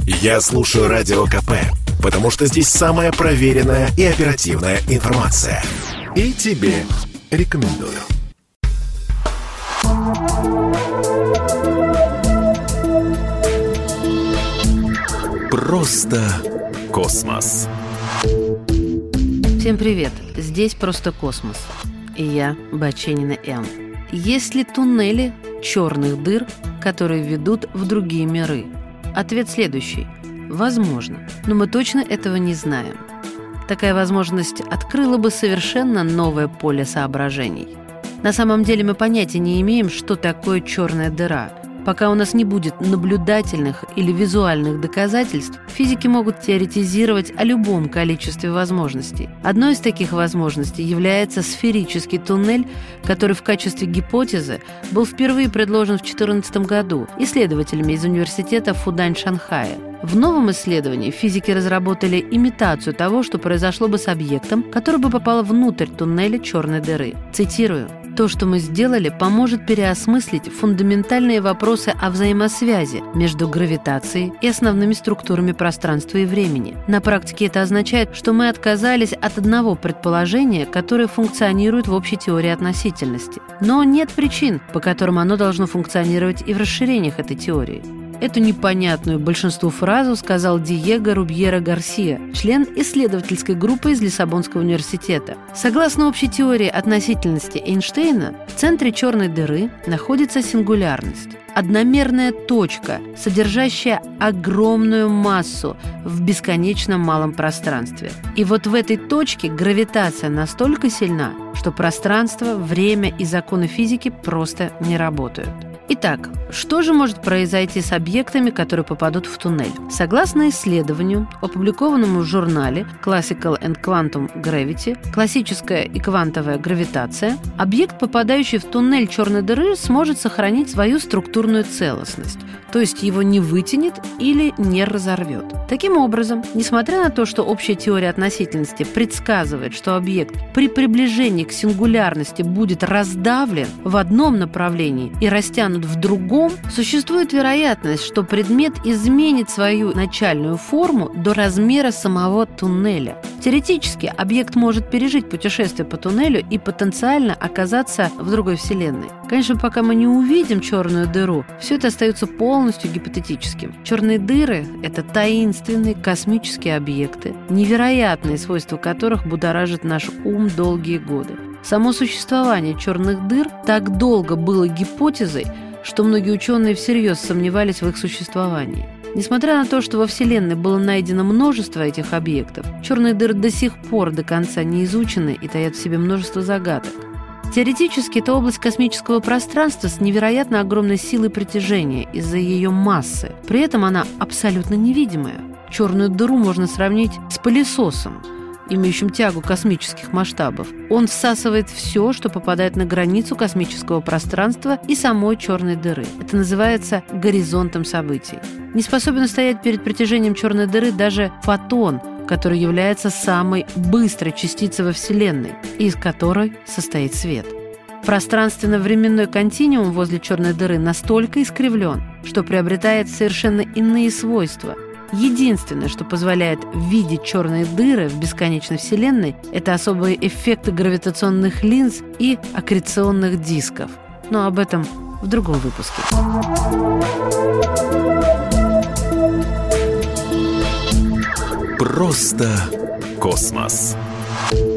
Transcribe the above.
Я слушаю Радио КП, потому что здесь самая проверенная и оперативная информация. И тебе рекомендую. Просто космос. Всем привет, здесь «Просто космос». И я, Баченина М. Есть ли туннели черных дыр, которые ведут в другие миры? Ответ следующий. Возможно, но мы точно этого не знаем. Такая возможность открыла бы совершенно новое поле соображений. На самом деле мы понятия не имеем, что такое черная дыра. Пока у нас не будет наблюдательных или визуальных доказательств, физики могут теоретизировать о любом количестве возможностей. Одной из таких возможностей является сферический туннель, который в качестве гипотезы был впервые предложен в 2014 году исследователями из университета Фудань Шанхая. В новом исследовании физики разработали имитацию того, что произошло бы с объектом, который бы попал внутрь туннеля черной дыры. Цитирую. «То, что мы сделали, поможет переосмыслить фундаментальные вопросы о взаимосвязи между гравитацией и основными структурами пространства и времени. На практике это означает, что мы отказались от одного предположения, которое функционирует в общей теории относительности. Но нет причин, по которым оно должно функционировать и в расширениях этой теории». Эту непонятную большинству фразу сказал Диего Рубьера Гарсия, член исследовательской группы из Лиссабонского университета. Согласно общей теории относительности Эйнштейна, в центре черной дыры находится сингулярность – одномерная точка, содержащая огромную массу в бесконечно малом пространстве. И вот в этой точке гравитация настолько сильна, что пространство, время и законы физики просто не работают. Итак, что же может произойти с объектами, которые попадут в туннель? Согласно исследованию, опубликованному в журнале Classical and Quantum Gravity, классическая и квантовая гравитация, объект, попадающий в туннель черной дыры, сможет сохранить свою структурную целостность, то есть его не вытянет или не разорвет. Таким образом, несмотря на то, что общая теория относительности предсказывает, что объект при приближении к сингулярности будет раздавлен в одном направлении и растянут в другом, существует вероятность, что предмет изменит свою начальную форму до размера самого туннеля. Теоретически, объект может пережить путешествие по туннелю и потенциально оказаться в другой вселенной. Конечно, пока мы не увидим черную дыру, все это остается полностью гипотетическим. Черные дыры – это таинственные космические объекты, невероятные свойства которых будоражат наш ум долгие годы. Само существование черных дыр так долго было гипотезой, что многие ученые всерьез сомневались в их существовании. Несмотря на то, что во Вселенной было найдено множество этих объектов, черные дыры до сих пор до конца не изучены и таят в себе множество загадок. Теоретически, это область космического пространства с невероятно огромной силой притяжения из-за ее массы. При этом она абсолютно невидимая. Черную дыру можно сравнить с пылесосом, имеющим тягу космических масштабов. Он всасывает все, что попадает на границу космического пространства и самой черной дыры. Это называется горизонтом событий. Не способен устоять перед притяжением черной дыры даже фотон, который является самой быстрой частицей во Вселенной, из которой состоит свет. Пространственно-временной континуум возле черной дыры настолько искривлен, что приобретает совершенно иные свойства. Единственное, что позволяет видеть черные дыры в бесконечной Вселенной, это особые эффекты гравитационных линз и аккреционных дисков. Но об этом в другом выпуске. Просто космос.